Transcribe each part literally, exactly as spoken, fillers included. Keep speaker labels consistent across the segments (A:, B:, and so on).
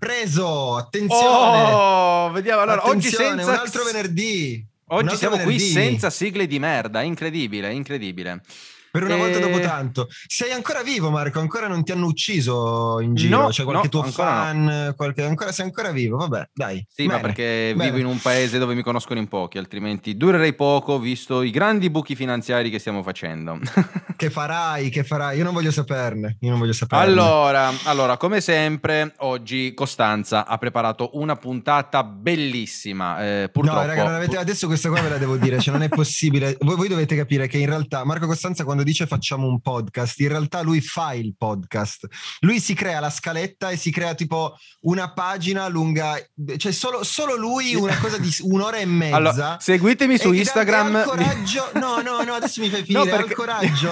A: Preso, attenzione.
B: Oh, vediamo allora.
A: Attenzione,
B: oggi senza
A: un altro venerdì.
B: Oggi
A: un altro
B: siamo
A: venerdì.
B: qui senza sigle di merda, incredibile, incredibile.
A: Per una
B: e...
A: volta dopo tanto. Sei ancora vivo, Marco? Ancora non ti hanno ucciso in giro?
B: No,
A: C'è qualche
B: no,
A: tuo
B: ancora
A: fan?
B: no.
A: Qualche... Ancora, sei ancora vivo? Vabbè, dai.
B: Sì,
A: bene,
B: ma perché
A: bene.
B: vivo in un paese dove mi conoscono in pochi, altrimenti durerei poco, visto i grandi buchi finanziari che stiamo facendo.
A: Che farai? Che farai? Io non voglio saperne. Io non voglio saperne.
B: Allora, allora, come sempre, oggi Costanza ha preparato una puntata bellissima. Eh, purtroppo.
A: No, raga, non avete... adesso questa qua ve la devo dire, cioè non è possibile. Voi, voi dovete capire che in realtà Marco Costanza, quando dice facciamo un podcast, in realtà lui fa il podcast. Lui si crea la scaletta e si crea tipo una pagina lunga, cioè solo, solo lui una cosa di un'ora e mezza.
B: Allora, seguitemi su Instagram.
A: Ha il coraggio. No, no, no, adesso mi fai finire.
B: No, perché...
A: Ha il coraggio.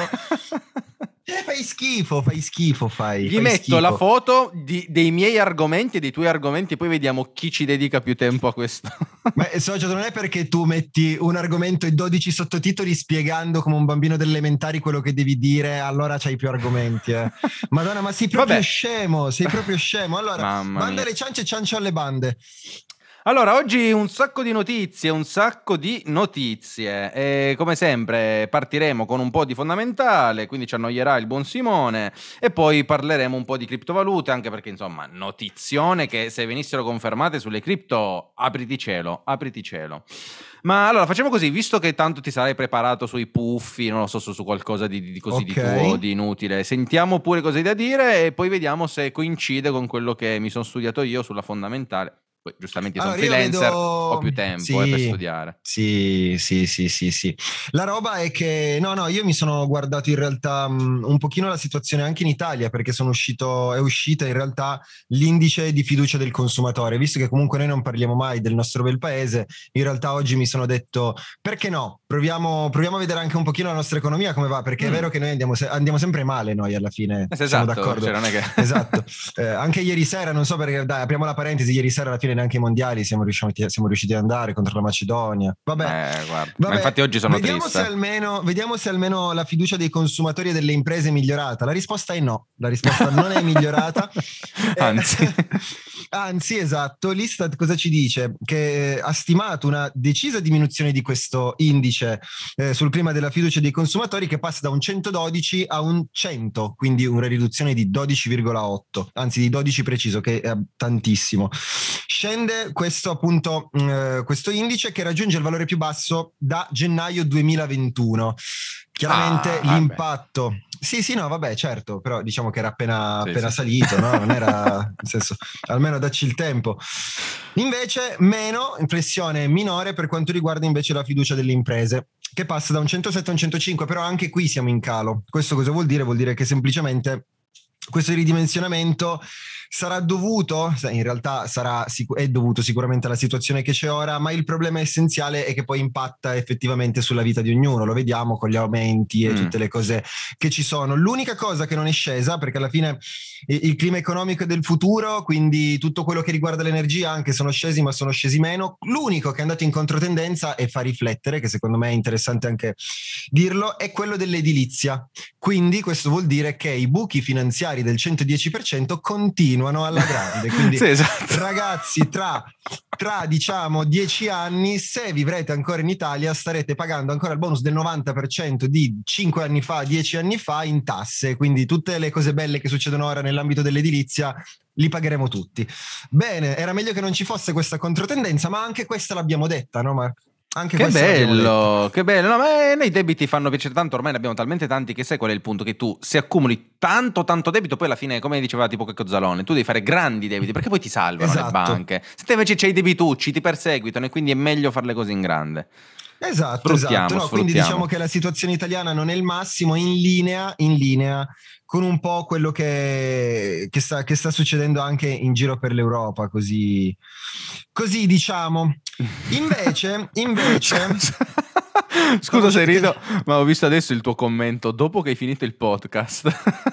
A: Eh, fai schifo, fai schifo, fai.
B: Gli
A: fai
B: metto
A: schifo.
B: la foto di, dei miei argomenti e dei tuoi argomenti, poi vediamo chi ci dedica più tempo a questo.
A: Ma socio, non è perché tu metti un argomento e dodici sottotitoli spiegando come un bambino delle elementari quello che devi dire, allora c'hai più argomenti. Eh. Madonna, ma sei proprio
B: Vabbè.
A: scemo, sei proprio scemo. Allora,
B: Mamma
A: banda
B: mia.
A: alle ciance e ciancio alle bande.
B: Allora, oggi un sacco di notizie, un sacco di notizie e come sempre partiremo con un po' di fondamentale, quindi ci annoierà il buon Simone e poi parleremo un po' di criptovalute, anche perché insomma notizione che se venissero confermate sulle cripto apriti cielo, apriti cielo. Ma allora facciamo così, visto che tanto ti sarai preparato sui puffi, non lo so, su, su qualcosa di, di così
A: Okay.
B: di tuo, di inutile, sentiamo pure cosa hai da dire e poi vediamo se coincide con quello che mi sono studiato io sulla fondamentale. Poi, giustamente io sono
A: Allora, io
B: freelancer,
A: vedo-
B: ho più tempo
A: Sì,
B: eh, per studiare.
A: Sì, sì, sì, sì, sì. La roba è che, no, no, io mi sono guardato in realtà mh, un pochino la situazione anche in Italia, perché sono uscito, è uscita in realtà l'indice di fiducia del consumatore, visto che comunque noi non parliamo mai del nostro bel paese, in realtà oggi mi sono detto, perché no? Proviamo, proviamo a vedere anche un pochino la nostra economia come va, perché
B: Mm.
A: è vero che noi andiamo, se- andiamo sempre male, noi alla fine,
B: Eh,
A: siamo
B: esatto,
A: d'accordo.
B: cioè non è che...
A: Esatto. Eh, anche ieri sera, non so perché, dai, apriamo la parentesi, ieri sera alla fine neanche i mondiali siamo riusciti, siamo riusciti ad andare contro la Macedonia. Vabbè,
B: Eh, guarda.
A: vabbè,
B: Ma infatti oggi sono
A: vediamo
B: triste.
A: se, almeno, vediamo se almeno la fiducia dei consumatori e delle imprese è migliorata. La risposta è no, la risposta non è migliorata.
B: Anzi.
A: Eh, anzi, esatto, l'Istat cosa ci dice? Che ha stimato una decisa diminuzione di questo indice eh, sul clima della fiducia dei consumatori, che passa da un centododici a un cento, quindi una riduzione di dodici virgola otto, anzi di dodici preciso, che è tantissimo. Scende questo appunto eh, questo indice che raggiunge il valore più basso da gennaio duemilaventuno. Chiaramente
B: Ah,
A: l'impatto, sì, sì, no, vabbè, certo, però diciamo che era appena,
B: Sì,
A: appena
B: sì.
A: salito, no? Non era, nel senso, almeno dacci il tempo. Invece, meno, impressione minore per quanto riguarda invece la fiducia delle imprese, che passa da un centosette a un centocinque, però anche qui siamo in calo. Questo cosa vuol dire? Vuol dire che semplicemente questo ridimensionamento sarà dovuto, in realtà sarà, è dovuto sicuramente alla situazione che c'è ora, ma il problema essenziale è che poi impatta effettivamente sulla vita di ognuno, lo vediamo con gli aumenti e
B: Mm.
A: tutte le cose che ci sono. L'unica cosa che non è scesa, perché alla fine il clima economico è del futuro, quindi tutto quello che riguarda l'energia anche sono scesi, ma sono scesi meno. L'unico che è andato in controtendenza e fa riflettere, che secondo me è interessante anche dirlo, è quello dell'edilizia. Quindi questo vuol dire che i buchi finanziari del centodieci per cento continuano alla grande. Quindi
B: Sì, esatto.
A: ragazzi, tra, tra diciamo dieci anni, se vivrete ancora in Italia, starete pagando ancora il bonus del novanta per cento di cinque anni fa, dieci anni fa in tasse. Quindi tutte le cose belle che succedono ora nell'ambito dell'edilizia li pagheremo tutti. Bene, era meglio che non ci fosse questa controtendenza, ma anche questa l'abbiamo detta, no Marco? Anche
B: Che
A: questa l'abbiamo detta.
B: bello, che bello. No, ma noi debiti fanno piacere tanto, ormai ne abbiamo talmente tanti che sai qual è il punto? Che tu se accumuli tanto tanto debito, poi alla fine, come diceva tipo Checco Zalone, tu devi fare grandi debiti perché poi ti salvano
A: Esatto.
B: le banche. Se te invece c'hai i debitucci, ti perseguitano e quindi è meglio fare le cose in grande.
A: Esatto,
B: Sfruttiamo,
A: esatto. No, quindi
B: sfruttiamo.
A: diciamo che la situazione italiana non è il massimo, in linea, in linea con un po' quello che, che, sta, che sta succedendo anche in giro per l'Europa, così, così diciamo. Invece, invece...
B: Scusa se rido, ma ho visto adesso il tuo commento dopo che hai finito il podcast.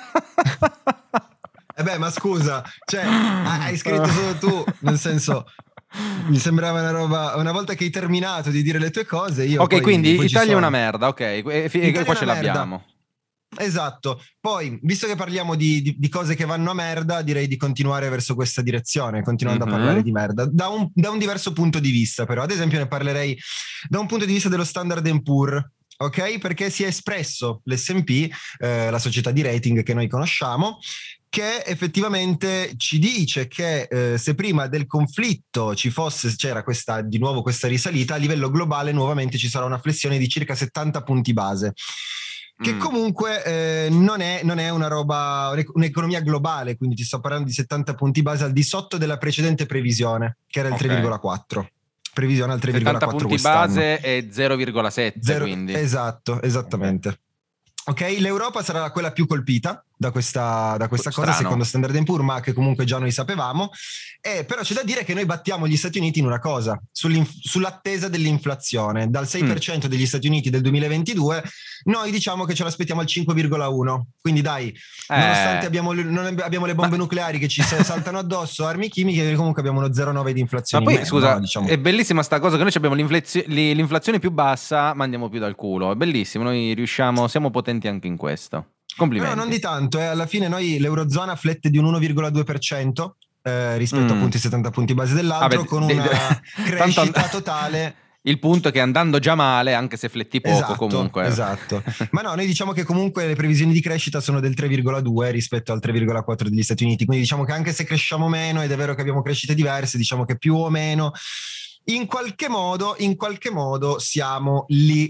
A: Eh beh, ma scusa, cioè, hai scritto solo tu, nel senso... Mi sembrava una roba. Una volta che hai terminato di dire le tue cose, io.
B: Ok,
A: poi,
B: quindi
A: poi
B: Italia è una
A: sono.
B: merda, ok, e, e
A: Italia
B: qua
A: è
B: ce
A: una merda.
B: l'abbiamo.
A: Esatto, poi visto che parliamo di, di, di cose che vanno a merda, direi di continuare verso questa direzione, continuando mm-hmm. a parlare di merda, da un, da un diverso punto di vista però, ad esempio ne parlerei da un punto di vista dello Standard and Poor's, ok? Perché si è espresso l'S and P, eh, la società di rating che noi conosciamo, che effettivamente ci dice che eh, se prima del conflitto ci fosse, c'era questa, di nuovo questa risalita, a livello globale nuovamente ci sarà una flessione di circa settanta punti base. Che mm. comunque eh, non, è, non è una roba, un'economia globale, quindi ti sto parlando di settanta punti base al di sotto della precedente previsione, che era il okay. tre virgola quattro. Previsione al tre virgola quattro
B: punti base e zero virgola sette, Zero, quindi.
A: Esatto, esattamente. Okay. ok, l'Europa sarà quella più colpita da questa, da questa cosa, secondo Standard and Poor's, ma che comunque già noi sapevamo. Eh, però c'è da dire che noi battiamo gli Stati Uniti in una cosa, sull'attesa dell'inflazione. Dal sei per cento mm. degli Stati Uniti del duemilaventidue, noi diciamo che ce l'aspettiamo al cinque virgola uno. Quindi dai, eh. nonostante abbiamo, non abbiamo le bombe ma... nucleari che ci saltano addosso, armi chimiche, comunque abbiamo uno zero virgola nove di inflazione.
B: Ma poi,
A: meno,
B: scusa,
A: no? diciamo...
B: è bellissima sta cosa che noi abbiamo l'inflazio- l'inflazione più bassa, ma andiamo più dal culo. È bellissimo, noi riusciamo, siamo potenti anche in questo. Complimenti.
A: Però non di tanto, eh. alla fine noi l'Eurozona flette di un uno virgola due per cento eh, rispetto mm. appunto ai settanta punti base dell'altro, ah, beh, con una de- de- crescita tanto... totale.
B: Il punto è che andando già male, anche se fletti poco,
A: esatto,
B: comunque.
A: Esatto. Ma no, noi diciamo che comunque le previsioni di crescita sono del tre virgola due rispetto al tre virgola quattro degli Stati Uniti. Quindi diciamo che anche se cresciamo meno, ed è vero che abbiamo crescite diverse, diciamo che più o meno, in qualche modo, in qualche modo siamo lì.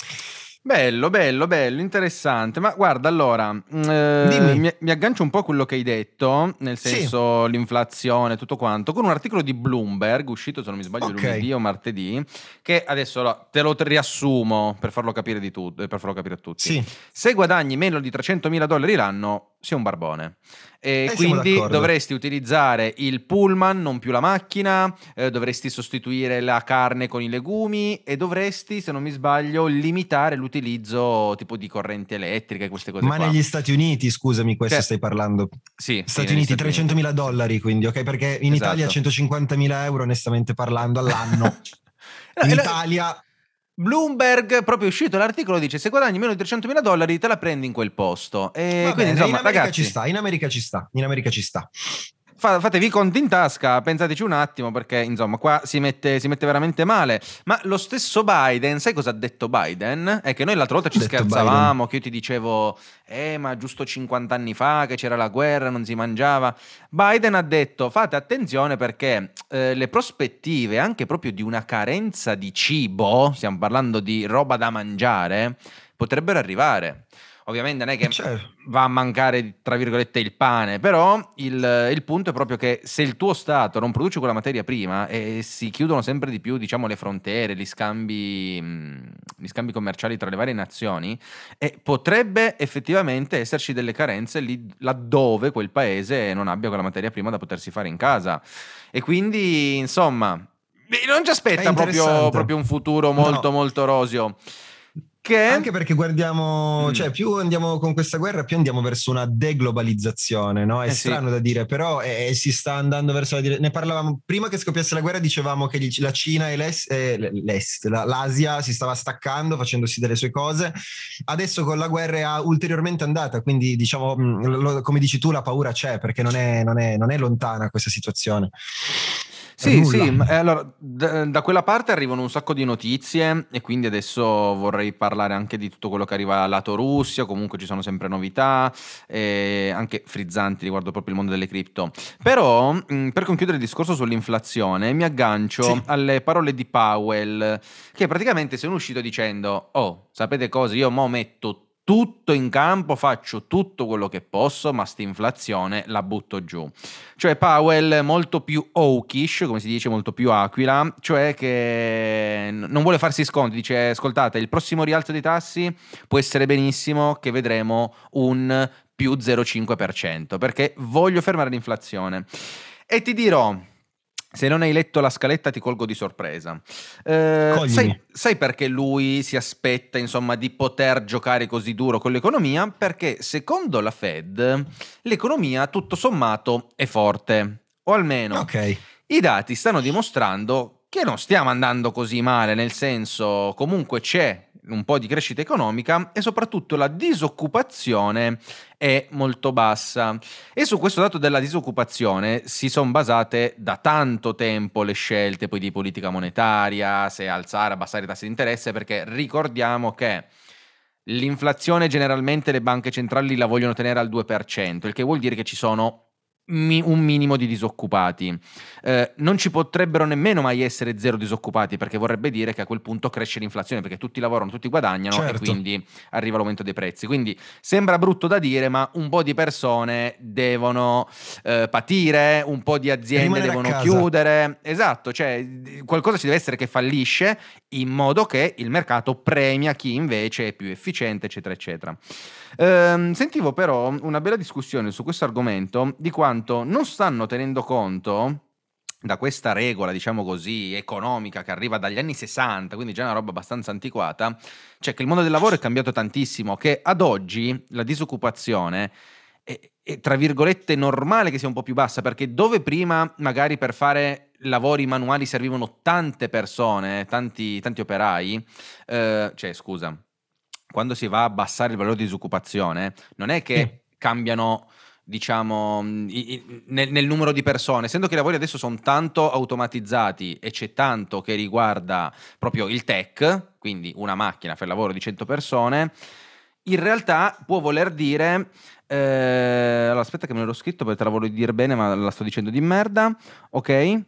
B: Bello, bello, bello, interessante. Ma guarda, allora, eh, mi, mi aggancio un po' a quello che hai detto, nel senso sì. l'inflazione, tutto quanto, con un articolo di Bloomberg, uscito se non mi sbaglio okay. lunedì o martedì, che adesso te lo riassumo per farlo capire di tutto, per farlo capire a tutti.
A: Sì.
B: Se guadagni meno di trecentomila dollari l'anno, sei un barbone. E eh, quindi dovresti utilizzare il pullman, non più la macchina, eh, dovresti sostituire la carne con i legumi e dovresti, se non mi sbaglio, limitare l'utilizzo tipo di corrente elettrica e queste cose
A: ma
B: qua.
A: Negli Stati Uniti, scusami, questo che... stai parlando?
B: Sì.
A: Stati
B: sì,
A: Uniti
B: Stati
A: trecentomila
B: Uniti.
A: dollari, quindi, ok? Perché in
B: esatto.
A: Italia centocinquantamila euro, onestamente parlando, all'anno. In Italia...
B: Bloomberg, proprio uscito l'articolo, dice se guadagni meno di trecentomila dollari te la prendi in quel posto. E
A: Va
B: quindi
A: bene,
B: insomma,
A: in America
B: ragazzi,
A: ci sta, in America ci sta, in America ci sta.
B: Fatevi i conti in tasca, pensateci un attimo, perché insomma qua si mette, si mette veramente male. Ma lo stesso Biden, sai cosa ha detto Biden? È che noi l'altra volta ci scherzavamo, Biden. Che io ti dicevo eh ma giusto cinquanta anni fa che c'era la guerra, non si mangiava. Biden ha detto fate attenzione perché eh, le prospettive anche proprio di una carenza di cibo, stiamo parlando di roba da mangiare, potrebbero arrivare. Ovviamente non è che certo. va a mancare, tra virgolette, il pane, però il, il punto è proprio che se il tuo Stato non produce quella materia prima e si chiudono sempre di più, diciamo, le frontiere, gli scambi, gli scambi commerciali tra le varie nazioni, e potrebbe effettivamente esserci delle carenze lì laddove quel paese non abbia quella materia prima da potersi fare in casa. E quindi, insomma, non ci aspetta proprio, proprio un futuro molto, no. molto roseo. Che...
A: Anche perché guardiamo, mm. cioè più andiamo con questa guerra, più andiamo verso una deglobalizzazione, no? È eh strano sì. da dire, però eh, si sta andando verso la direzione. Ne parlavamo prima che scoppiasse la guerra, dicevamo che la Cina e l'est, eh, l'est la, l'Asia si stava staccando, facendosi delle sue cose. Adesso con la guerra è ulteriormente andata, quindi diciamo, lo, come dici tu, la paura c'è, perché non è, non è, non è lontana questa situazione.
B: Sì, sì, allora da, da quella parte arrivano un sacco di notizie e quindi adesso vorrei parlare anche di tutto quello che arriva lato Russia, comunque ci sono sempre novità, eh, anche frizzanti riguardo proprio il mondo delle cripto. Però, mh, per concludere il discorso sull'inflazione, mi aggancio sì. alle parole di Powell, che praticamente se ne è uscito dicendo, oh, sapete cosa, io mo metto tutto in campo, faccio tutto quello che posso, ma sta inflazione la butto giù. Cioè Powell molto più hawkish, come si dice, molto più aquila, cioè che non vuole farsi sconti, dice ascoltate, il prossimo rialzo dei tassi può essere benissimo che vedremo un più zero virgola cinque per cento, perché voglio fermare l'inflazione. E ti dirò, se non hai letto la scaletta ti colgo di sorpresa. Eh, sai, sai perché lui si aspetta, insomma, di poter giocare così duro con l'economia? Perché secondo la Fed l'economia tutto sommato è forte, o almeno
A: okay.
B: i dati stanno dimostrando che non stiamo andando così male, nel senso comunque c'è un po' di crescita economica e soprattutto la disoccupazione è molto bassa. E su questo dato della disoccupazione si sono basate da tanto tempo le scelte poi di politica monetaria, se alzare, abbassare i tassi di interesse, perché ricordiamo che l'inflazione generalmente le banche centrali la vogliono tenere al due per cento, il che vuol dire che ci sono mi- un minimo di disoccupati. Eh, non ci potrebbero nemmeno mai essere zero disoccupati, perché vorrebbe dire che a quel punto cresce l'inflazione, perché tutti lavorano, tutti guadagnano e
A: Certo.
B: quindi arriva l'aumento dei prezzi. Quindi sembra brutto da dire, ma un po' di persone devono eh, patire, un po' di aziende
A: Rimanere a
B: devono
A: casa.
B: chiudere. Esatto, cioè qualcosa ci deve essere che fallisce, in modo che il mercato premia chi invece è più efficiente, eccetera, eccetera. Ehm, sentivo però una bella discussione su questo argomento di quanto non stanno tenendo conto da questa regola, diciamo così, economica che arriva dagli anni sessanta, quindi già una roba abbastanza antiquata, cioè che il mondo del lavoro è cambiato tantissimo, che ad oggi la disoccupazione è, è, tra virgolette, normale che sia un po' più bassa, perché dove prima magari per fare lavori manuali servivano tante persone, tanti, tanti operai, eh, cioè scusa, quando si va a abbassare il valore di disoccupazione, non è che
A: Sì.
B: cambiano, diciamo, i- i- nel, nel numero di persone, essendo che i lavori adesso sono tanto automatizzati e c'è tanto che riguarda proprio il tech, quindi una macchina fa il lavoro di cento persone, in realtà può voler dire... eh, allora, aspetta che me l'ero scritto perché te la voglio dire bene, ma la sto dicendo di merda, ok?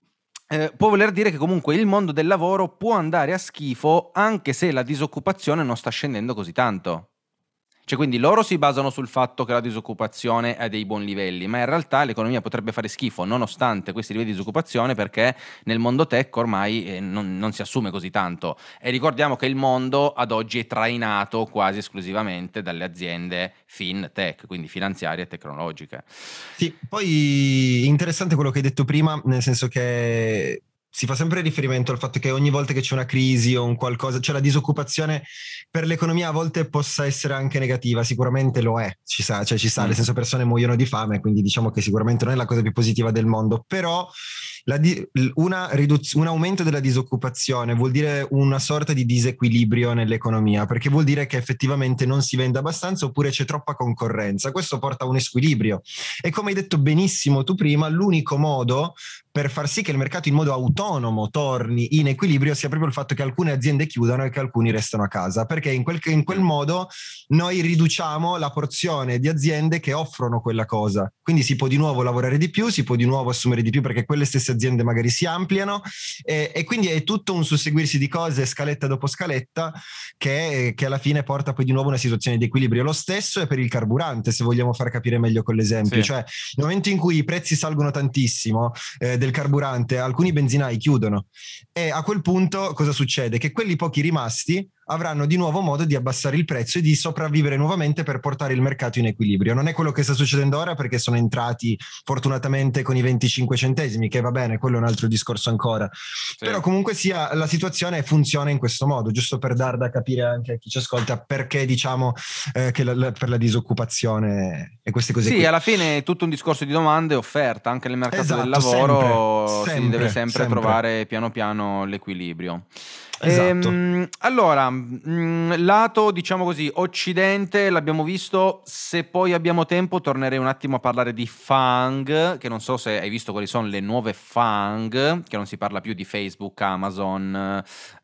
B: Eh, può voler dire che comunque il mondo del lavoro può andare a schifo anche se la disoccupazione non sta scendendo così tanto. Cioè, quindi loro si basano sul fatto che la disoccupazione è a dei buoni livelli, ma in realtà l'economia potrebbe fare schifo nonostante questi livelli di disoccupazione, perché nel mondo tech ormai eh, non, non si assume così tanto. E ricordiamo che il mondo ad oggi è trainato quasi esclusivamente dalle aziende fintech, quindi finanziarie e tecnologiche.
A: Sì, poi interessante quello che hai detto prima, nel senso che si fa sempre riferimento al fatto che ogni volta che c'è una crisi o un qualcosa, cioè la disoccupazione per l'economia a volte possa essere anche negativa, sicuramente lo è, ci sa, cioè ci sa, nel
B: Mm.
A: senso persone muoiono di fame, quindi diciamo che sicuramente non è la cosa più positiva del mondo, però la di- una riduz- un aumento della disoccupazione vuol dire una sorta di disequilibrio nell'economia, perché vuol dire che effettivamente non si vende abbastanza oppure c'è troppa concorrenza, questo porta a un squilibrio. E come hai detto benissimo tu prima, l'unico modo per far sì che il mercato in modo autonomo torni in equilibrio sia proprio il fatto che alcune aziende chiudano e che alcuni restano a casa, perché in quel, in quel modo noi riduciamo la porzione di aziende che offrono quella cosa. Quindi si può di nuovo lavorare di più, si può di nuovo assumere di più perché quelle stesse aziende magari si ampliano e, e quindi è tutto un susseguirsi di cose scaletta dopo scaletta che, che alla fine porta poi di nuovo a una situazione di equilibrio. Lo stesso è per il carburante, se vogliamo far capire meglio con l'esempio,
B: Sì.
A: cioè nel momento in cui i prezzi salgono tantissimo eh, del carburante, alcuni benzinai chiudono e a quel punto cosa succede? Che quelli pochi rimasti avranno di nuovo modo di abbassare il prezzo e di sopravvivere nuovamente per portare il mercato in equilibrio. Non è quello che sta succedendo ora perché sono entrati fortunatamente con i venticinque centesimi, che va bene, quello è un altro discorso ancora.
B: Sì.
A: Però comunque sia la situazione funziona in questo modo, giusto per dar da capire anche a chi ci ascolta perché diciamo eh, che la, la, per la disoccupazione e queste cose
B: Sì,
A: qui.
B: alla fine è tutto un discorso di domanda e offerta, anche nel mercato del
A: Esatto,
B: lavoro
A: sempre,
B: si deve
A: sempre,
B: sempre
A: sempre.
B: trovare piano piano l'equilibrio.
A: Esatto.
B: Ehm, allora, mh, lato diciamo così, occidente l'abbiamo visto, se poi abbiamo tempo tornerei un attimo a parlare di FAANG, che non so se hai visto quali sono le nuove FAANG, che non si parla più di Facebook, Amazon,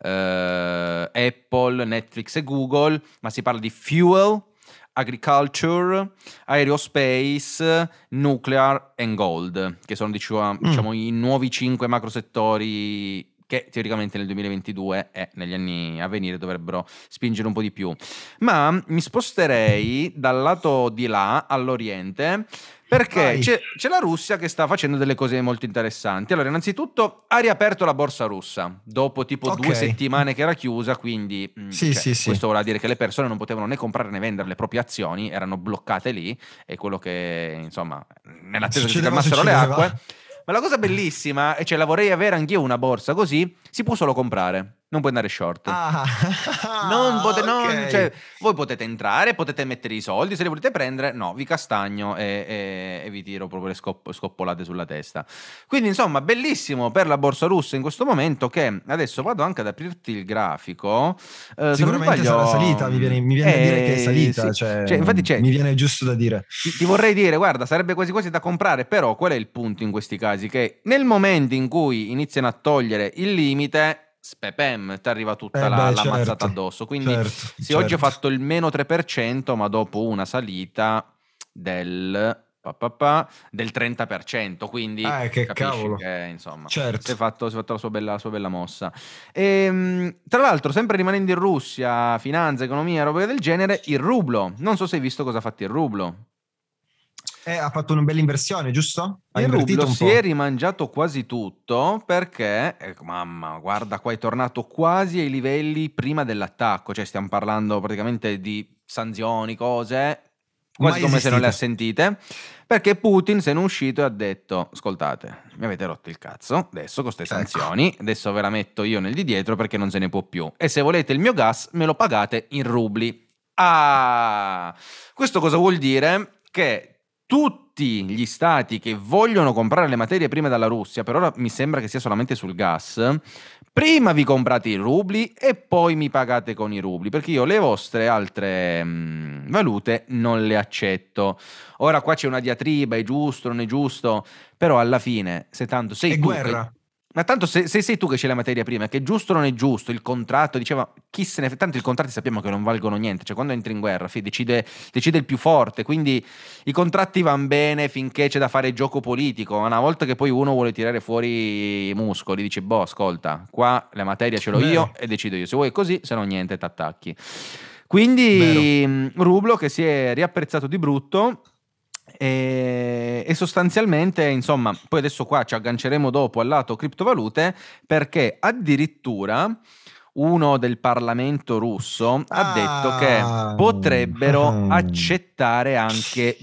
B: eh, Apple, Netflix e Google, ma si parla di Fuel, Agriculture, Aerospace, Nuclear and Gold, che sono diciamo, diciamo
A: Mm.
B: i nuovi cinque macrosettori che teoricamente nel duemilaventidue e negli anni a venire dovrebbero spingere un po' di più. Ma mi sposterei dal lato di là, all'Oriente, perché
A: Vai.
B: c'è, c'è la Russia che sta facendo delle cose molto interessanti. Allora, innanzitutto ha riaperto la borsa russa dopo tipo
A: Ok.
B: due settimane che era chiusa, quindi mh,
A: Sì,
B: cioè,
A: sì, sì.
B: questo vuol dire che le persone non potevano né comprare né vendere le proprie azioni, erano bloccate lì, e quello che, insomma, nell'attesa che si
A: Succedeva,
B: calmassero le
A: succedeva.
B: acque. Ma la cosa bellissima, e cioè la vorrei avere anch'io una borsa così, si può solo comprare. non puoi andare short.
A: Ah,
B: non pote-
A: ok.
B: non- cioè, voi potete entrare, potete mettere i soldi, se li volete prendere, no, vi castagno e, e- e vi tiro proprio le scop- scoppolate sulla testa. Quindi insomma, bellissimo per la borsa russa in questo momento, che adesso vado anche ad aprirti il grafico. Eh, se non mi
A: Sicuramente
B: sbaglio,
A: sarà salita, mi viene, mi viene da dire che è
B: eh,
A: salita,
B: sì.
A: cioè,
B: Cioè, infatti c'è,
A: mi viene giusto da dire.
B: ti, ti vorrei dire, guarda, sarebbe quasi quasi da comprare, però qual è il punto in questi casi? Che nel momento in cui iniziano a togliere il limite, spepem, ti arriva tutta
A: Eh
B: la,
A: beh,
B: la mazzata
A: certo,
B: addosso. Quindi
A: certo,
B: se oggi ho
A: certo.
B: fatto il meno tre per cento, ma dopo una salita del, pa, pa, pa, del trenta per cento, quindi
A: Eh, che
B: capisci
A: cavolo.
B: che insomma si
A: Certo.
B: è fatto, si è fatto la, sua bella, la sua bella mossa. E, tra l'altro, sempre rimanendo in Russia, finanza, economia, roba del genere, il rublo. Non so se hai visto cosa ha fatto il rublo.
A: Eh, ha fatto una bella inversione, giusto? Ha
B: Il
A: invertito
B: rublo
A: un
B: si
A: po'.
B: è rimangiato quasi tutto perché, ecco, mamma, guarda, qua è tornato quasi ai livelli prima dell'attacco, cioè stiamo parlando praticamente di sanzioni, cose, quasi
A: Mai
B: come se non le ha
A: esistite.
B: sentite, perché Putin se n'è uscito e ha detto, ascoltate, mi avete rotto il cazzo, adesso con queste
A: Ecco.
B: sanzioni, adesso ve la metto io nel di dietro perché non se ne può più, e se volete il mio gas me lo pagate in rubli. Ah, questo cosa vuol dire? Che tutti gli stati che vogliono comprare le materie prime dalla Russia, per ora mi sembra che sia solamente sul gas, prima vi comprate i rubli e poi mi pagate con i rubli, perché io le vostre altre mh, valute non le accetto. Ora qua c'è una diatriba, è giusto, non è giusto, però alla fine, se tanto sei
A: È
B: tu
A: guerra.
B: che... Ma tanto se, se sei tu che c'è la materia prima, che è giusto o non è giusto, il contratto, diceva, chi se ne... Tanto i contratti sappiamo che non valgono niente, cioè quando entri in guerra, fi, decide, decide il più forte, quindi i contratti vanno bene finché c'è da fare gioco politico, ma una volta che poi uno vuole tirare fuori i muscoli, dice, boh, ascolta, qua la materia ce l'ho io
A: Vero,
B: e decido io, se vuoi così, se no niente, t'attacchi.
A: vero.
B: Quindi mh, rublo che si è riapprezzato di brutto e, e sostanzialmente, insomma, poi adesso qua ci agganceremo dopo al lato criptovalute, perché addirittura uno del Parlamento russo ha detto che
A: Ah,
B: potrebbero accettare anche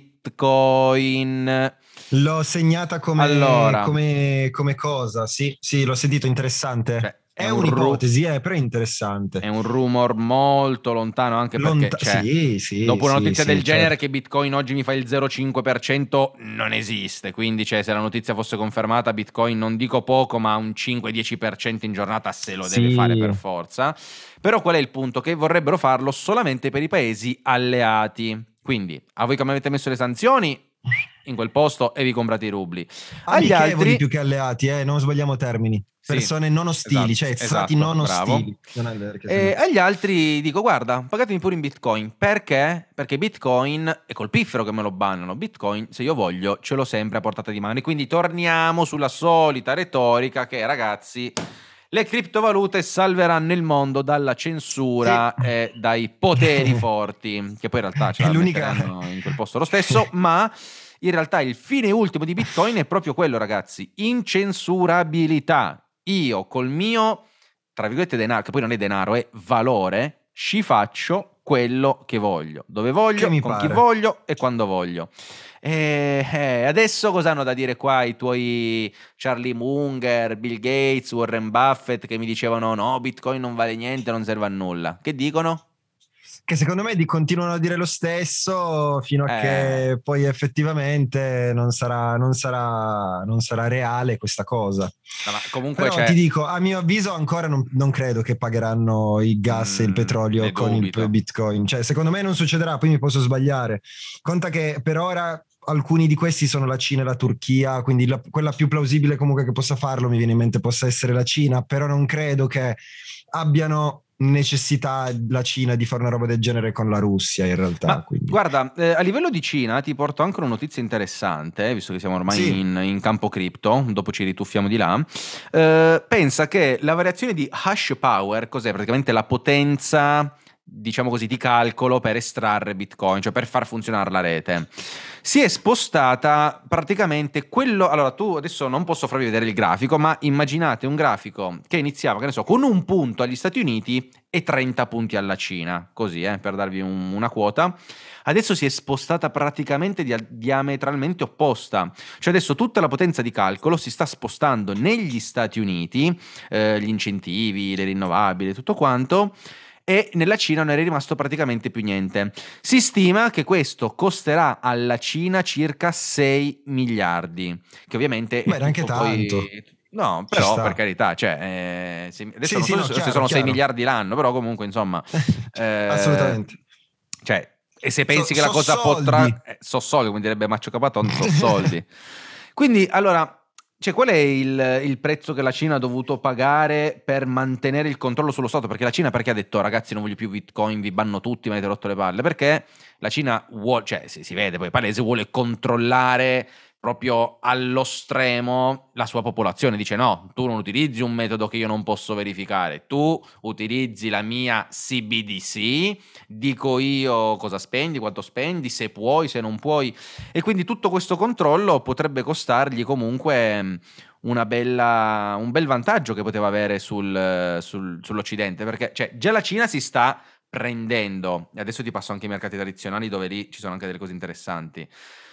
B: Bitcoin.
A: l'ho segnata come,
B: Allora,
A: come, come cosa. Sì, sì, l'ho sentito, interessante.
B: cioè, è
A: È
B: un, ru-
A: un'ipotesi, eh, però è
B: è
A: interessante.
B: un rumor molto lontano, anche perché,
A: Lonta-
B: cioè,
A: sì, sì,
B: dopo una
A: sì,
B: notizia del
A: sì,
B: genere
A: certo.
B: che Bitcoin oggi mi fa il zero virgola cinque per cento non esiste, quindi cioè, se la notizia fosse confermata, Bitcoin non dico poco, ma un cinque-dieci per cento in giornata se lo deve fare
A: Sì,
B: per forza. Però qual è il punto? Che vorrebbero farlo solamente per i paesi alleati. Quindi, a voi che mi avete messo le sanzioni, in quel posto e vi comprate i rubli. Agli
A: amichevoli
B: altri...
A: più che alleati, eh, non sbagliamo termini.
B: Sì,
A: Persone non ostili,
B: esatto,
A: cioè stati
B: esatto,
A: non
B: bravo.
A: ostili. Non è vero che
B: E
A: sennò-
B: agli altri dico, guarda, pagatemi pure in Bitcoin. Perché? Perché Bitcoin è colpifero che me lo bannano. Bitcoin, se io voglio, ce l'ho sempre a portata di mano. E quindi torniamo sulla solita retorica che, ragazzi, le criptovalute salveranno il mondo dalla
A: Sì.
B: censura e dai poteri forti, che poi in realtà ce
A: È
B: la
A: l'unica...
B: metteranno in quel posto lo stesso, ma in realtà il fine ultimo di Bitcoin è proprio quello, ragazzi, incensurabilità. Io col mio, tra virgolette, denaro, che poi non è denaro, è valore, ci faccio quello che voglio, dove
A: che
B: voglio,
A: mi
B: con chi
A: pare.
B: voglio e quando voglio. E eh, adesso cosa hanno da dire qua i tuoi Charlie Munger, Bill Gates, Warren Buffett che mi dicevano no, Bitcoin non vale niente, non serve a nulla? Che dicono?
A: Che secondo me di continuano a dire lo stesso fino a
B: Eh,
A: che poi effettivamente non sarà, non sarà, non sarà reale questa cosa.
B: no, ma comunque
A: Però ti
B: c'è...
A: dico, a mio avviso ancora non, non credo che pagheranno il gas e il
B: mm,
A: petrolio
B: ne
A: con il
B: dubito.
A: Bitcoin. Cioè, secondo me non succederà, poi mi posso sbagliare. Conta che per ora alcuni di questi sono la Cina e la Turchia, quindi la- quella più plausibile comunque che possa farlo, mi viene in mente, possa essere la Cina, però non credo che abbiano necessità la Cina di fare una roba del genere con la Russia in realtà.
B: Ma
A: Quindi.
B: guarda, eh, a livello di Cina ti porto anche una notizia interessante, eh, visto che siamo ormai
A: Sì,
B: in, in campo cripto, dopo ci rituffiamo di là. Eh, pensa che la variazione di hash power, cos'è praticamente la potenza diciamo così, di calcolo per estrarre Bitcoin, cioè per far funzionare la rete. Si è spostata praticamente quello. Allora, tu adesso non posso farvi vedere il grafico, ma immaginate un grafico che iniziava, che ne so, con un punto agli Stati Uniti e trenta punti alla Cina, così, eh, per darvi un, una quota. Adesso si è spostata praticamente dia- diametralmente opposta, cioè adesso tutta la potenza di calcolo si sta spostando negli Stati Uniti, eh, gli incentivi, le rinnovabili, tutto quanto, e nella Cina non è rimasto praticamente più niente. Si stima che questo costerà alla Cina circa sei miliardi, che ovviamente
A: Beh,
B: è
A: neanche
B: tutto
A: tanto.
B: poi. No,
A: Ci
B: però per
A: sta.
B: carità, cioè, eh, se- adesso
A: Sì,
B: non
A: sì,
B: so
A: no,
B: se, se
A: chiaro,
B: sono sei
A: chiaro.
B: miliardi l'anno, però comunque insomma, eh,
A: Assolutamente.
B: cioè, e se
A: So,
B: pensi che la
A: so
B: cosa
A: soldi.
B: potrà, eh, so soldi, come direbbe Maccio Capaton, so soldi. Quindi, allora, cioè, qual è il, il prezzo che la Cina ha dovuto pagare per mantenere il controllo sullo Stato? Perché la Cina perché ha detto, ragazzi, non voglio più Bitcoin, vi banno tutti, mi avete rotto le palle? Perché la Cina vuole, cioè, si, si vede poi palese, vuole controllare proprio allo stremo la sua popolazione. Dice no, tu non utilizzi un metodo che io non posso verificare, tu utilizzi la mia C B D C, dico io cosa spendi, quanto spendi, se puoi, se non puoi, e quindi tutto questo controllo potrebbe costargli comunque una bella, un bel vantaggio che poteva avere sul, sul, sull'Occidente, perché cioè, già la Cina si sta prendendo, e adesso ti passo anche i mercati tradizionali dove lì ci sono anche delle cose interessanti.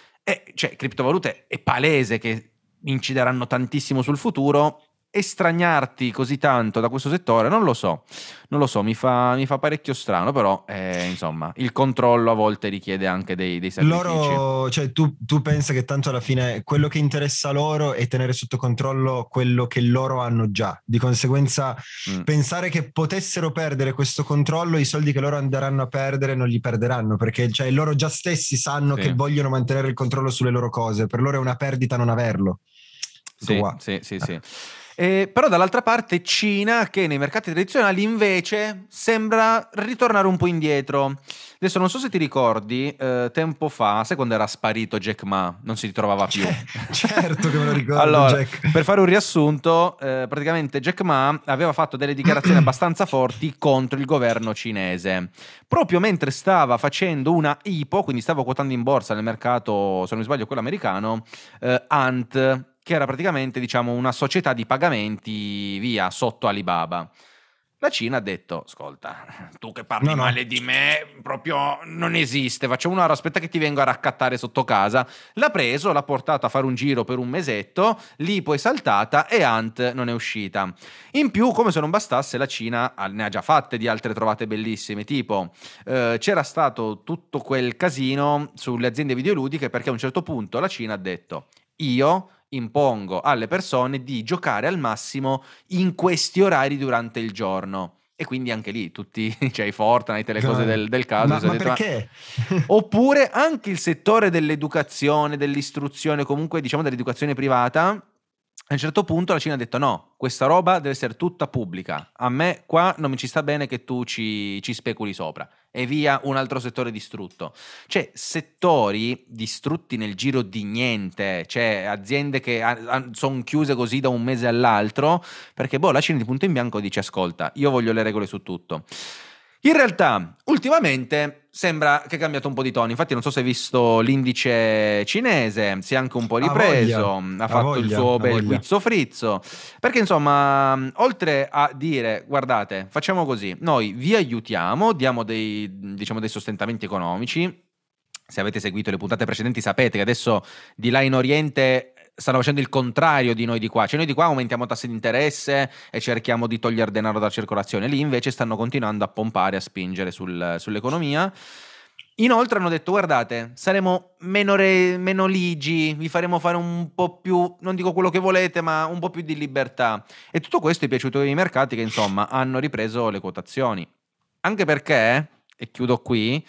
B: E cioè, criptovalute è palese che incideranno tantissimo sul futuro. Estraniarti così tanto da questo settore, non lo so, non lo so, mi fa, mi fa parecchio strano, però eh, insomma, il controllo a volte richiede anche dei, dei sacrifici.
A: Loro, cioè tu, tu pensa che tanto alla fine quello che interessa loro è tenere sotto controllo quello che loro hanno già. Di conseguenza,
B: Mm.
A: pensare che potessero perdere questo controllo, i soldi che loro andranno a perdere non li perderanno, perché cioè, loro già stessi sanno
B: Sì.
A: che vogliono mantenere il controllo sulle loro cose. Per loro è una perdita non averlo. Tutto
B: Sì,
A: qua.
B: sì, sì, sì. Eh, però dall'altra parte Cina, che nei mercati tradizionali invece sembra ritornare un po' indietro. Adesso non so se ti ricordi, eh, tempo fa, sai quando era sparito Jack Ma, non si ritrovava più.
A: Cioè, certo che me lo ricordo,
B: Allora,
A: Jack.
B: per fare un riassunto, eh, praticamente Jack Ma aveva fatto delle dichiarazioni abbastanza forti contro il governo cinese, proprio mentre stava facendo una I P O, quindi stava quotando in borsa nel mercato, se non mi sbaglio, quello americano, eh, Ant, che era praticamente, diciamo, una società di pagamenti via sotto Alibaba. La Cina ha detto, ascolta, tu che parli
A: No, no.
B: male di me, proprio non esiste, facciamo un'ora, aspetta che ti vengo a raccattare sotto casa. L'ha preso, l'ha portato a fare un giro per un mesetto, lì poi è saltata e Ant non è uscita. In più, come se non bastasse, la Cina ne ha già fatte di altre trovate bellissime, tipo eh, c'era stato tutto quel casino sulle aziende videoludiche perché a un certo punto la Cina ha detto, io impongo alle persone di giocare al massimo in questi orari durante il giorno. E quindi anche lì tutti, cioè i Fortnite e le cose del, del caso,
A: Ma,
B: si sono
A: ma
B: detto, ma.
A: perché?
B: Oppure anche il settore dell'educazione, dell'istruzione, comunque diciamo dell'educazione privata. A un certo punto la Cina ha detto no, questa roba deve essere tutta pubblica, a me qua non mi ci sta bene che tu ci, ci speculi sopra, e via un altro settore distrutto. Cioè settori distrutti nel giro di niente, cioè aziende che sono chiuse così da un mese all'altro, perché boh, la Cina di punto in bianco dice ascolta, io voglio le regole su tutto. In realtà, ultimamente sembra che è cambiato un po' di tono. Infatti, non so se hai visto l'indice cinese, si è anche un po'
A: Ha voglia,
B: ripreso, ha
A: ha
B: fatto il
A: voglia,
B: suo
A: ha
B: bel
A: voglia.
B: guizzo frizzo. Perché, insomma, oltre a dire, guardate, facciamo così, noi vi aiutiamo, diamo dei, diciamo, dei sostentamenti economici. Se avete seguito le puntate precedenti, sapete che adesso di là in Oriente stanno facendo il contrario di noi di qua, cioè noi di qua aumentiamo tassi di interesse e cerchiamo di togliere denaro dalla circolazione, lì invece stanno continuando a pompare, a spingere sul, sull'economia. Inoltre hanno detto guardate, saremo meno, re, meno ligi, vi faremo fare un po' più, non dico quello che volete, ma un po' più di libertà, e tutto questo è piaciuto ai mercati che insomma hanno ripreso le quotazioni, anche perché, e chiudo qui,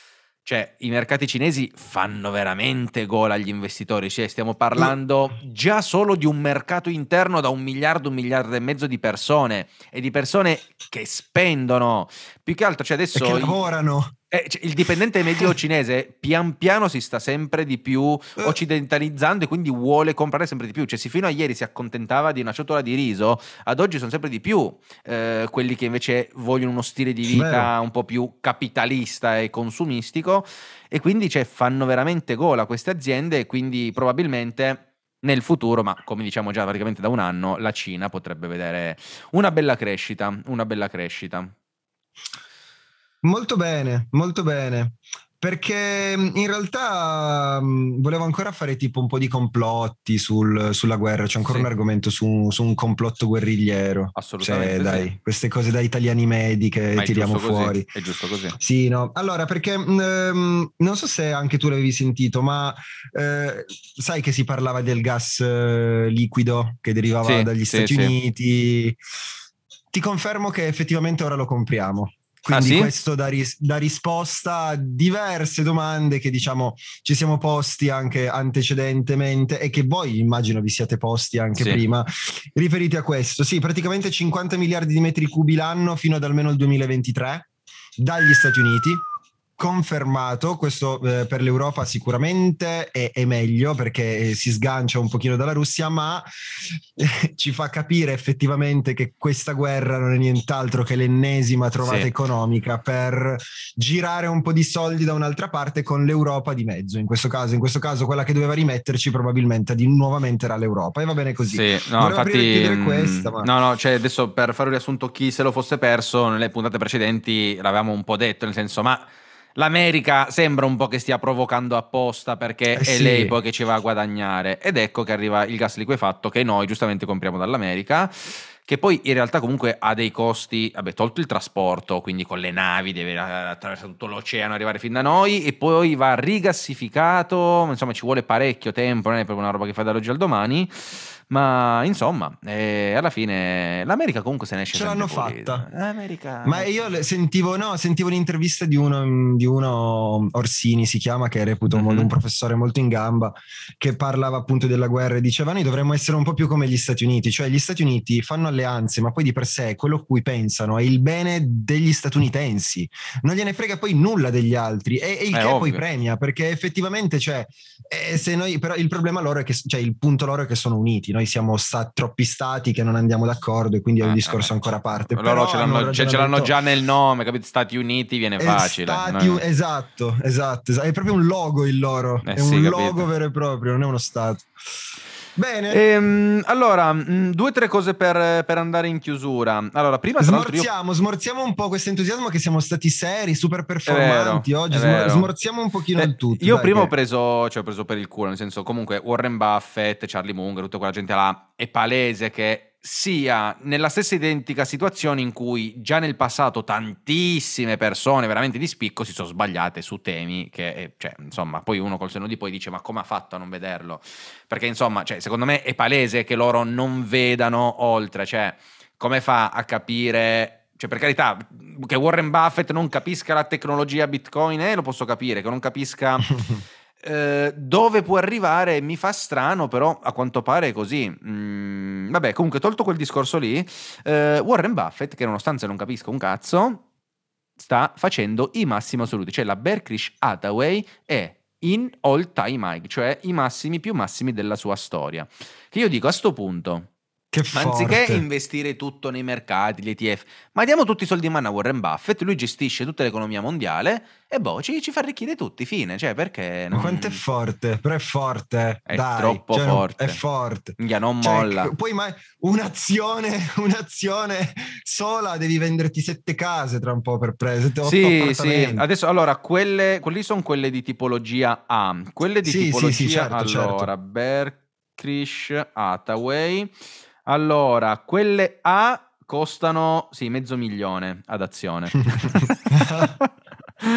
B: cioè, i mercati cinesi fanno veramente gola agli investitori, cioè, stiamo parlando già solo di un mercato interno da un miliardo, un miliardo e mezzo di persone, e di persone che spendono, più che altro, cioè
A: E che
B: adesso i-
A: lavorano.
B: Eh, cioè, il dipendente medio cinese pian piano si sta sempre di più occidentalizzando e quindi vuole comprare sempre di più. Cioè, se fino a ieri si accontentava di una ciotola di riso, ad oggi sono sempre di più eh, quelli che invece vogliono uno stile di vita
A: Vero.
B: un po' più capitalista e consumistico, e quindi cioè, fanno veramente gola queste aziende, e quindi probabilmente nel futuro, ma come diciamo già praticamente da un anno, la Cina potrebbe vedere una bella crescita, una bella crescita.
A: Molto bene, molto bene. Perché mh, in realtà mh, volevo ancora fare tipo un po' di complotti sul- sulla guerra. C'è ancora
B: Sì,
A: un argomento su, su un complotto guerrigliero. Cioè,
B: assolutamente sì.
A: dai, queste cose da italiani medi che
B: Ma è
A: tiriamo
B: giusto così,
A: fuori.
B: è giusto così.
A: Sì, no. Allora, perché mh, ehm, non so se anche tu l'avevi sentito, ma eh, sai che si parlava del gas eh, liquido che derivava
B: Sì,
A: dagli
B: sì,
A: Stati
B: sì.
A: Uniti. Ti confermo che effettivamente ora lo compriamo.
B: Ah
A: Quindi
B: sì?
A: questo dà, ris- dà risposta a diverse domande che diciamo ci siamo posti anche antecedentemente e che voi immagino vi siate posti anche
B: Sì.
A: prima, riferiti a questo. Sì, praticamente cinquanta miliardi di metri cubi l'anno fino ad almeno il duemilaventitré dagli Stati Uniti. Confermato, questo eh, per l'Europa sicuramente è, è meglio perché si sgancia un pochino dalla Russia, ma eh, ci fa capire effettivamente che questa guerra non è nient'altro che l'ennesima trovata
B: Sì.
A: economica per girare un po' di soldi da un'altra parte con l'Europa di mezzo. In questo caso, in questo caso quella che doveva rimetterci probabilmente di nuovamente era l'Europa e va bene così.
B: Sì, no,
A: Volevo aprire e
B: infatti,
A: chiudere questa,
B: mh,
A: ma
B: no, no, cioè adesso per fare un riassunto, chi se lo fosse perso, nelle puntate precedenti l'avevamo un po' detto, nel senso, ma l'America sembra un po' che stia provocando apposta perché
A: eh
B: è lei
A: sì,
B: poi che ci va a guadagnare, ed ecco che arriva il gas liquefatto che noi giustamente compriamo dall'America, che poi in realtà comunque ha dei costi, vabbè, tolto il trasporto, quindi con le navi deve attraversare tutto l'oceano, arrivare fin da noi, e poi va rigassificato, insomma ci vuole parecchio tempo, non è proprio una roba che fa dall'oggi al domani, ma insomma, eh, alla fine l'America comunque se ne esce
A: ce
B: sempre
A: l'hanno
B: pulita.
A: fatta. Ma
B: L'America...
A: io le- sentivo, no, sentivo un'intervista di uno, di uno Orsini si chiama, che reputo un, un
B: Mhm.
A: professore molto in gamba, che parlava appunto della guerra e diceva noi dovremmo essere un po' più come gli Stati Uniti, cioè gli Stati Uniti fanno alleanze, ma poi di per sé quello a cui pensano è il bene degli statunitensi, non gliene frega poi nulla degli altri e, e il
B: È
A: che poi
B: ovvio.
A: premia, perché effettivamente cioè, eh, se noi, però il problema loro è che, cioè il punto loro è che sono uniti, noi siamo sta- troppi stati che non andiamo d'accordo e quindi è un
B: Eh,
A: discorso
B: vabbè.
A: ancora a parte,
B: Loro
A: però
B: ce
A: hanno un
B: l'hanno, ce, ce l'hanno
A: ragionamento.
B: già nel nome, capito? Stati Uniti viene
A: È
B: facile.
A: stati,
B: No?
A: esatto, esatto, esatto, è proprio un logo il loro,
B: Eh
A: è
B: sì,
A: un logo
B: capito.
A: vero e proprio, non è uno stato. Bene,
B: Ehm, allora, mh, due o tre cose per, per andare in chiusura. Allora, prima tra l'altro io...
A: smorziamo, smorziamo un po' questo entusiasmo che siamo stati seri, super
B: È vero,
A: performanti
B: è
A: oggi, smor-
B: vero.
A: smorziamo un pochino il
B: Eh,
A: tutto,
B: io
A: dai
B: prima ho
A: che...
B: preso, cioè ho preso per il culo, nel senso, comunque Warren Buffett, Charlie Munger, tutta quella gente là, è palese che sia nella stessa identica situazione in cui già nel passato tantissime persone veramente di spicco si sono sbagliate su temi che, eh, cioè, insomma, poi uno col senno di poi dice ma come ha fatto a non vederlo? Perché, insomma, cioè, secondo me è palese che loro non vedano oltre, cioè, come fa a capire... Cioè, per carità, che Warren Buffett non capisca la tecnologia Bitcoin, eh, lo posso capire, che non capisca eh, dove può arrivare, mi fa strano, però a quanto pare è così. Mm, vabbè, comunque, tolto quel discorso lì, eh, Warren Buffett, che nonostante non capisca un cazzo, sta facendo i massimi assoluti, cioè la Berkshire Hathaway è in all time high, cioè i massimi più massimi della sua storia. Che io dico a sto punto,
A: Che
B: ma anziché
A: forte.
B: investire tutto nei mercati, gli E T F, ma diamo tutti i soldi in mano a Warren Buffett, lui gestisce tutta l'economia mondiale e boh, ci, ci fa arricchire tutti, fine, cioè perché
A: Ma quanto è
B: non...
A: forte, però è forte,
B: È
A: dai,
B: troppo
A: cioè, non- è
B: forte.
A: forte.
B: Minchia, non
A: Cioè,
B: molla.
A: poi mai un'azione, un'azione sola, devi venderti sette case tra un po' per prendere, otto
B: Sì, sì,
A: appartamenti.
B: adesso allora, quelle, quelli sono quelle di tipologia A, quelle di
A: Sì, sì, sì,
B: tipologia,
A: certo,
B: allora,
A: certo.
B: Berkshire Hathaway, allora, quelle A costano, sì, mezzo milione ad azione.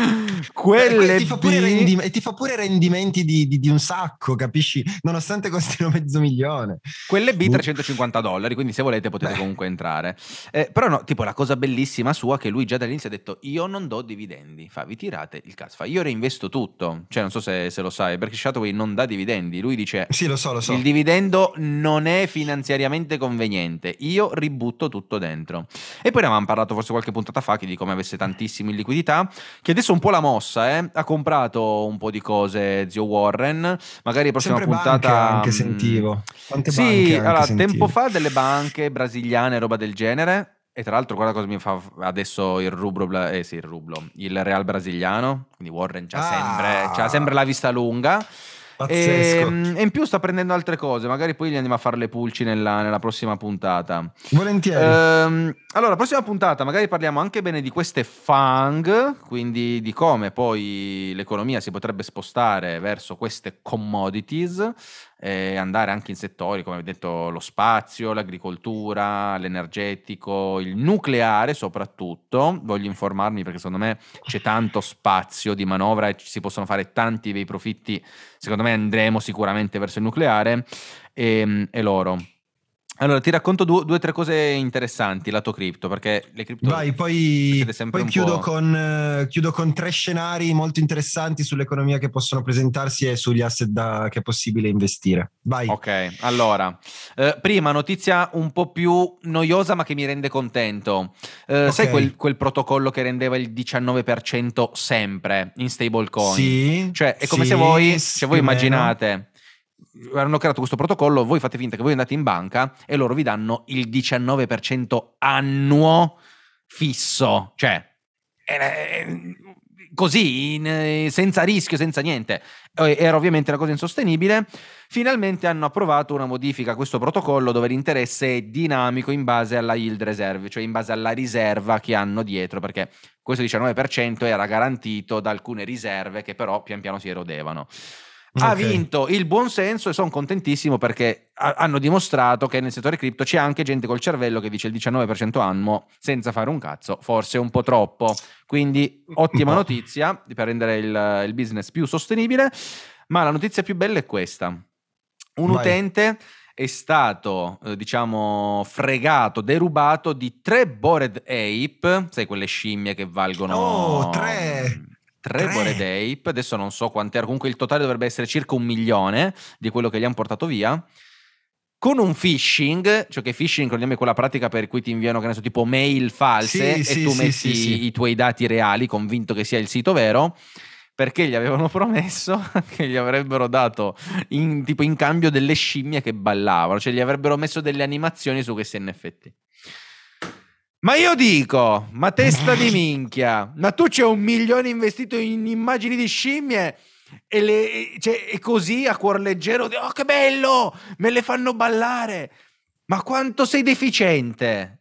B: Quelle
A: e, ti fa pure
B: B...
A: rendi- e ti fa pure rendimenti di, di, di un sacco, capisci? Nonostante costino mezzo milione.
B: Quelle B
A: Boh.
B: trecentocinquanta dollari, quindi se volete potete
A: Beh.
B: comunque entrare. Eh, però no, tipo la cosa bellissima sua che lui già dall'inizio ha detto io non do dividendi, fa vi tirate il cazzo, fa io reinvesto tutto, cioè non so se, se lo sai, Berkshire Hathaway non dà dividendi, lui dice
A: Sì, lo so, lo so.
B: il dividendo non è finanziariamente conveniente, io ributto tutto dentro. E poi ne avevamo parlato forse qualche puntata fa che di come avesse tantissimo in liquidità, che adesso un po' la mossa, eh? Ha comprato un po' di cose zio Warren, magari la prossima
A: Sempre
B: puntata...
A: banche anche
B: mh,
A: sentivo. Quante
B: sì,
A: banche anche
B: allora,
A: sentivo.
B: tempo fa delle banche brasiliane, roba del genere. E tra l'altro, guarda cosa mi fa adesso il rublo, bla- eh sì, il rublo, il real brasiliano. Quindi Warren c'ha sempre, c'ha sempre
A: Ah,
B: la vista lunga. E,
A: pazzesco.
B: e in più sta prendendo altre cose. Magari poi gli andiamo a fare le pulci nella, nella prossima puntata.
A: Volentieri.
B: Ehm, allora, prossima puntata, magari parliamo anche bene di queste FANG, quindi di come poi l'economia si potrebbe spostare verso queste commodities e andare anche in settori, come avete detto, lo spazio, l'agricoltura, l'energetico, il nucleare soprattutto. Voglio informarmi perché secondo me c'è tanto spazio di manovra e ci si possono fare tanti bei profitti. Secondo me andremo sicuramente verso il nucleare e, e l'oro. Allora, ti racconto due o tre cose interessanti lato cripto, perché le cripto
A: Vai, poi,
B: succede sempre
A: poi
B: un
A: chiudo,
B: po'...
A: con, eh, chiudo con tre scenari molto interessanti sull'economia che possono presentarsi e sugli asset da, che è possibile investire. Vai.
B: Ok, allora, eh, prima notizia un po' più noiosa ma che mi rende contento. Eh,
A: Ok.
B: sai quel, quel protocollo che rendeva il diciannove per cento sempre in stablecoin?
A: Sì,
B: Cioè, è come se voi,
A: sì,
B: se voi
A: più o meno.
B: immaginate, hanno creato questo protocollo, voi fate finta che voi andate in banca e loro vi danno il diciannove per cento annuo fisso, cioè eh, così, in- senza rischio, senza niente. Eh, Era ovviamente una cosa insostenibile. Finalmente hanno approvato una modifica a questo protocollo dove l'interesse è dinamico in base alla yield reserve, cioè in base alla riserva che hanno dietro, perché questo diciannove per cento era garantito da alcune riserve che però pian piano si erodevano. Ha
A: Ok.
B: vinto il buon senso e sono contentissimo perché ha- hanno dimostrato che nel settore cripto c'è anche gente col cervello che dice il diciannove per cento annuo senza fare un cazzo, forse un po' troppo. Quindi
A: Un
B: ottima
A: po'.
B: notizia per rendere il, il business più sostenibile, ma la notizia più bella è questa. Un
A: Vai.
B: utente è stato, eh, diciamo, fregato, derubato di tre Bored Ape, sai quelle scimmie che valgono...
A: Oh, tre.
B: Tre Bored
A: Tre.
B: Ape, adesso non so quant'era, comunque il totale dovrebbe essere circa un milione di quello che gli hanno portato via, con un phishing, cioè che phishing è quella pratica per cui ti inviano, che ne so, tipo mail false
A: Sì,
B: e
A: sì,
B: tu
A: sì,
B: metti
A: sì, sì.
B: i tuoi dati reali, convinto che sia il sito vero, perché gli avevano promesso che gli avrebbero dato in, tipo in cambio delle scimmie che ballavano, cioè gli avrebbero messo delle animazioni su questi N F T. Ma io dico, ma testa di minchia, ma tu c'è un milione investito in immagini di scimmie e, le, cioè, e così a cuor leggero, oh che bello, me le fanno ballare, ma quanto sei deficiente?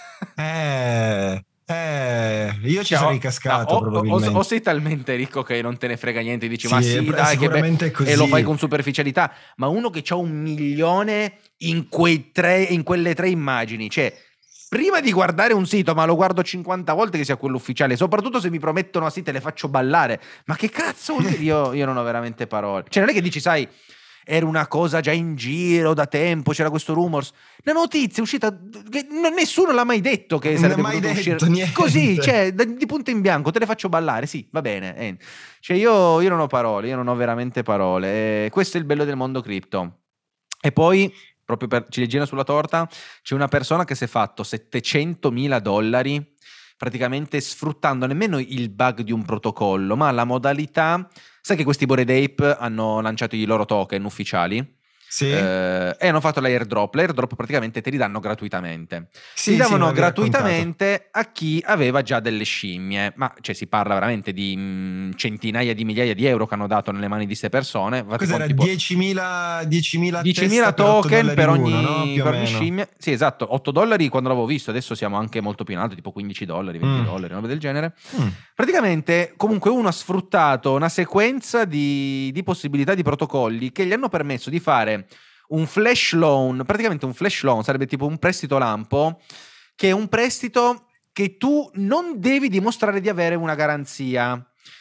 A: Eh, eh, io ci
B: Cioè,
A: sarei
B: o, no,
A: cascato
B: o, o- o
A: probabilmente.
B: sei talmente ricco che non te ne frega niente, dici ma
A: Sì, è,
B: sì
A: è
B: dai che be-,
A: sicuramente
B: e lo fai
A: così.
B: con superficialità, ma uno che ha un milione in, quei tre, in quelle tre immagini, cioè prima di guardare un sito, ma lo guardo cinquanta volte che sia quello ufficiale, soprattutto se mi promettono sì te le faccio ballare, ma che cazzo vuol dire? Io, io non ho veramente parole, cioè non è che dici sai era una cosa già in giro da tempo, c'era questo rumors, la notizia è uscita che non- nessuno l'ha mai detto che
A: Non è
B: sarebbe
A: mai
B: potuto
A: detto
B: uscire
A: niente.
B: così, cioè da- di punto in bianco te le faccio ballare, sì, va bene, eh. Cioè io, io non ho parole, io non ho veramente parole, e questo è il bello del mondo cripto. E poi proprio per ciliegina sulla torta c'è una persona che si è fatto settecentomila dollari praticamente sfruttando nemmeno il bug di un protocollo, ma la modalità. Sai che questi Bored Ape hanno lanciato i loro token ufficiali?
A: Sì,
B: Eh, e hanno fatto l'airdrop. L'airdrop praticamente te li danno gratuitamente. Li
A: sì, sì, me
B: davano
A: l'avevi raccontato.
B: gratuitamente a chi aveva già delle scimmie. Ma cioè, si parla veramente di mh, centinaia di migliaia di euro che hanno dato nelle mani di queste persone. Fate
A: Cos'era?
B: conto, tipo
A: diecimila, diecimila a
B: diecimila
A: testa per otto
B: token
A: dollari
B: per
A: l'uno, no?
B: ogni,
A: Più o
B: per ogni
A: meno.
B: scimmia. Sì, esatto, otto dollari quando l'avevo visto, adesso siamo anche molto più in alto, tipo quindici dollari, venti
A: Mm.
B: dollari, una roba del genere.
A: Mm.
B: Praticamente, comunque uno ha sfruttato una sequenza di, di possibilità di protocolli che gli hanno permesso di fare un flash loan, praticamente un flash loan sarebbe tipo un prestito lampo, che è un prestito che tu non devi dimostrare di avere una garanzia.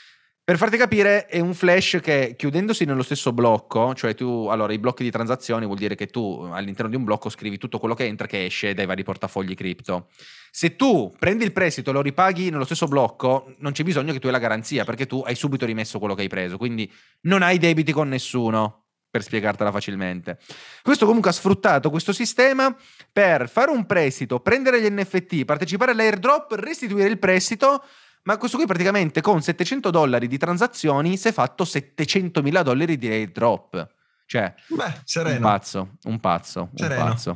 B: Per farti capire, è un flash che chiudendosi nello stesso blocco, cioè tu, allora i blocchi di transazioni vuol dire che tu all'interno di un blocco scrivi tutto quello che entra e che esce dai vari portafogli cripto. Se tu prendi il prestito e lo ripaghi nello stesso blocco, non c'è bisogno che tu hai la garanzia, perché tu hai subito rimesso quello che hai preso, quindi non hai debiti con nessuno, per spiegartela facilmente. Questo comunque ha sfruttato questo sistema per fare un prestito, prendere gli N F T, partecipare all'airdrop, restituire il prestito. Ma questo qui praticamente con settecento dollari di transazioni si è fatto settecentomila dollari di airdrop. Cioè,
A: Beh, sereno.
B: un pazzo, un pazzo,
A: sereno.
B: un pazzo.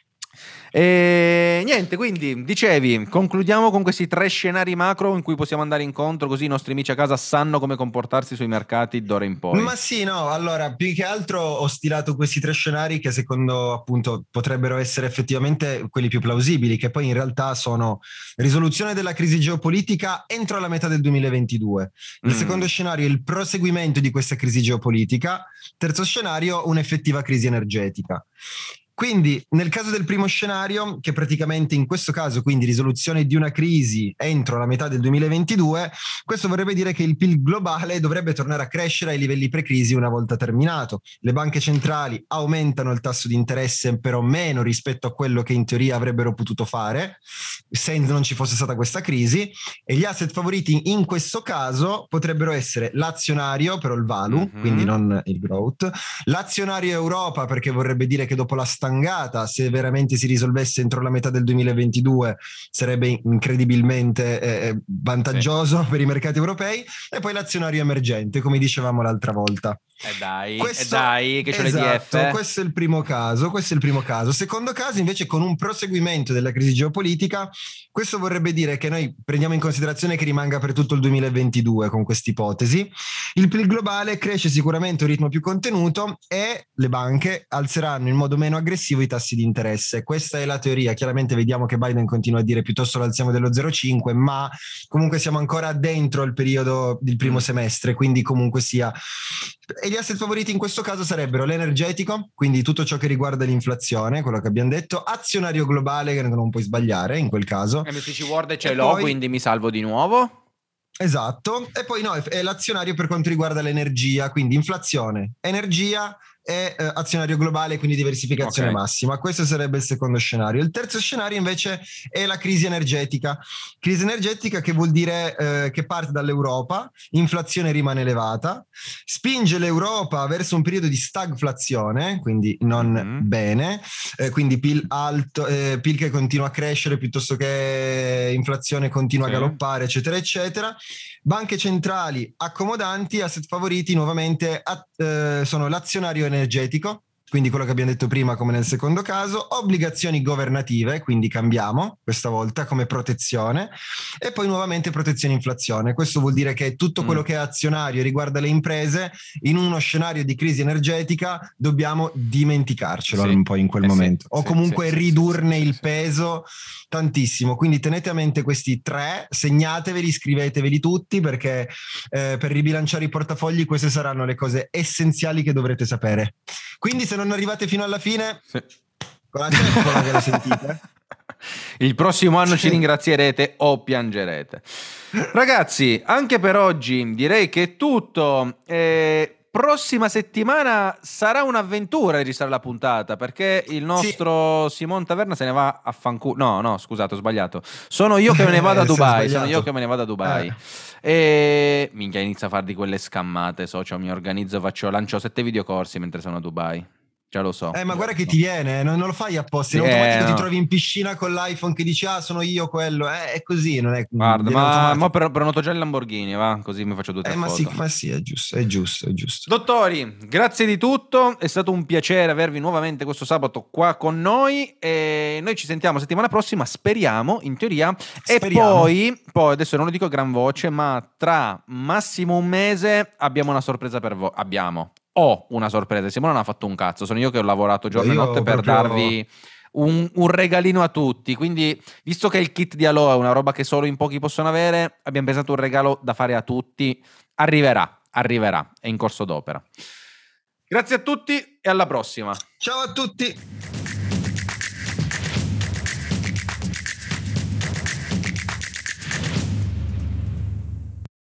B: E niente, quindi dicevi, concludiamo con questi tre scenari macro in cui possiamo andare incontro, così i nostri amici a casa sanno come comportarsi sui mercati d'ora in poi.
A: Ma sì, no, allora, più che altro ho stilato questi tre scenari che secondo appunto potrebbero essere effettivamente quelli più plausibili, che poi in realtà sono risoluzione della crisi geopolitica entro la metà del duemilaventidue. Il
B: Mm.
A: secondo scenario è il proseguimento di questa crisi geopolitica. Terzo scenario, un'effettiva crisi energetica. Quindi nel caso del primo scenario, che praticamente in questo caso quindi risoluzione di una crisi entro la metà del duemilaventidue, questo vorrebbe dire che il P I L globale dovrebbe tornare a crescere ai livelli pre-crisi una volta terminato. Le banche centrali aumentano il tasso di interesse però meno rispetto a quello che in teoria avrebbero potuto fare se non ci fosse stata questa crisi, e gli asset favoriti in questo caso potrebbero essere l'azionario, però il value,
B: Mhm.
A: quindi non il growth, l'azionario Europa, perché vorrebbe dire che dopo la stangata, se veramente si risolvesse entro la metà del duemilaventidue, sarebbe incredibilmente eh, vantaggioso
B: Sì.
A: per i mercati europei, e poi l'azionario emergente, come dicevamo l'altra volta.
B: E eh dai,
A: questo,
B: eh dai, che c'ho
A: esatto,
B: le D F.
A: questo è il primo caso, questo è il primo caso. Secondo caso invece, con un proseguimento della crisi geopolitica, questo vorrebbe dire che noi prendiamo in considerazione che rimanga per tutto il duemilaventidue con questa ipotesi. Il P I L globale cresce sicuramente a un ritmo più contenuto e le banche alzeranno in modo meno aggressivo i tassi di interesse. Questa è la teoria. Chiaramente vediamo che Biden continua a dire piuttosto lo alziamo dello zero virgola cinque, ma comunque siamo ancora dentro il periodo del primo
B: Mm.
A: semestre, quindi comunque sia. E gli asset favoriti in questo caso sarebbero l'energetico, quindi tutto ciò che riguarda l'inflazione, quello che abbiamo detto, azionario globale, che non puoi sbagliare in quel caso.
B: M S C World ce
A: E
B: l'ho,
A: poi-
B: quindi mi salvo di nuovo.
A: Esatto, e poi no, è l'azionario per quanto riguarda l'energia, quindi inflazione, energia e eh, azionario globale, quindi diversificazione
B: Ok.
A: massima. Questo sarebbe il secondo scenario. Il terzo scenario invece è la crisi energetica. Crisi energetica che vuol dire eh, che parte dall'Europa, inflazione rimane elevata, spinge l'Europa verso un periodo di stagflazione, quindi non
B: Mhm.
A: bene, eh, quindi P I L alto, eh, P I L che continua a crescere piuttosto che inflazione continua
B: Sì.
A: a galoppare, eccetera, eccetera. Banche centrali accomodanti, asset favoriti nuovamente a, eh, sono l'azionario energetico, quindi quello che abbiamo detto prima come nel secondo caso, obbligazioni governative, quindi cambiamo questa volta come protezione, e poi nuovamente protezione inflazione. Questo vuol dire che tutto quello
B: Mm.
A: che è azionario riguarda le imprese, in uno scenario di crisi energetica dobbiamo dimenticarcelo
B: Sì.
A: un po' in quel
B: Eh sì,
A: momento, o
B: sì,
A: comunque
B: sì, sì,
A: ridurne
B: sì, sì,
A: il
B: sì.
A: peso tantissimo. Quindi tenete a mente questi tre, segnateveli, scriveteveli tutti, perché eh, per ribilanciare i portafogli queste saranno le cose essenziali che dovrete sapere. Quindi se non arrivate fino alla fine,
B: Sì.
A: con la ceppola che lo sentite.
B: Il prossimo anno
A: Sì.
B: ci ringrazierete o piangerete. Ragazzi, anche per oggi direi che è tutto. Eh, prossima settimana sarà un'avventura registrare la puntata, perché il nostro Simon Taverna se ne va a fanculo. No, no, scusate, ho sbagliato. Sono io che me ne vado a
A: Eh, sei
B: Dubai. Sono io
A: sbagliato.
B: che me ne vado a Dubai.
A: Eh.
B: E minchia, inizio a fare di quelle scammate, socio. Mi organizzo, faccio, lancio sette videocorsi mentre sono a Dubai. Già lo so.
A: Eh, ma
B: già
A: guarda
B: lo
A: che
B: so.
A: ti viene, non, non lo fai apposta,
B: Sì,
A: in
B: eh,
A: automatico ti
B: no.
A: trovi in piscina con l'iPhone che dici ah sono io quello, eh, è così, non è,
B: Guarda,
A: viene
B: ma mo
A: automatico.
B: pre- prenoto già il Lamborghini, va? Così mi faccio due o tre
A: Eh, ma sì,
B: foto.
A: ma sì, è giusto, è giusto, è giusto.
B: Dottori, grazie di tutto, è stato un piacere avervi nuovamente questo sabato qua con noi e noi ci sentiamo settimana prossima, speriamo, in teoria, e
A: Speriamo.
B: poi, poi adesso non lo dico a gran voce, ma tra massimo un mese abbiamo una sorpresa per voi, abbiamo, ho una sorpresa, Simone non ha fatto un cazzo, sono io che ho lavorato giorno e
A: Io
B: notte per
A: proprio...
B: darvi un, un regalino a tutti, quindi visto che il kit di Aloha è una roba che solo in pochi possono avere, abbiamo pensato un regalo da fare a tutti, arriverà, arriverà, è in corso d'opera. Grazie a tutti e alla prossima.
A: Ciao a tutti!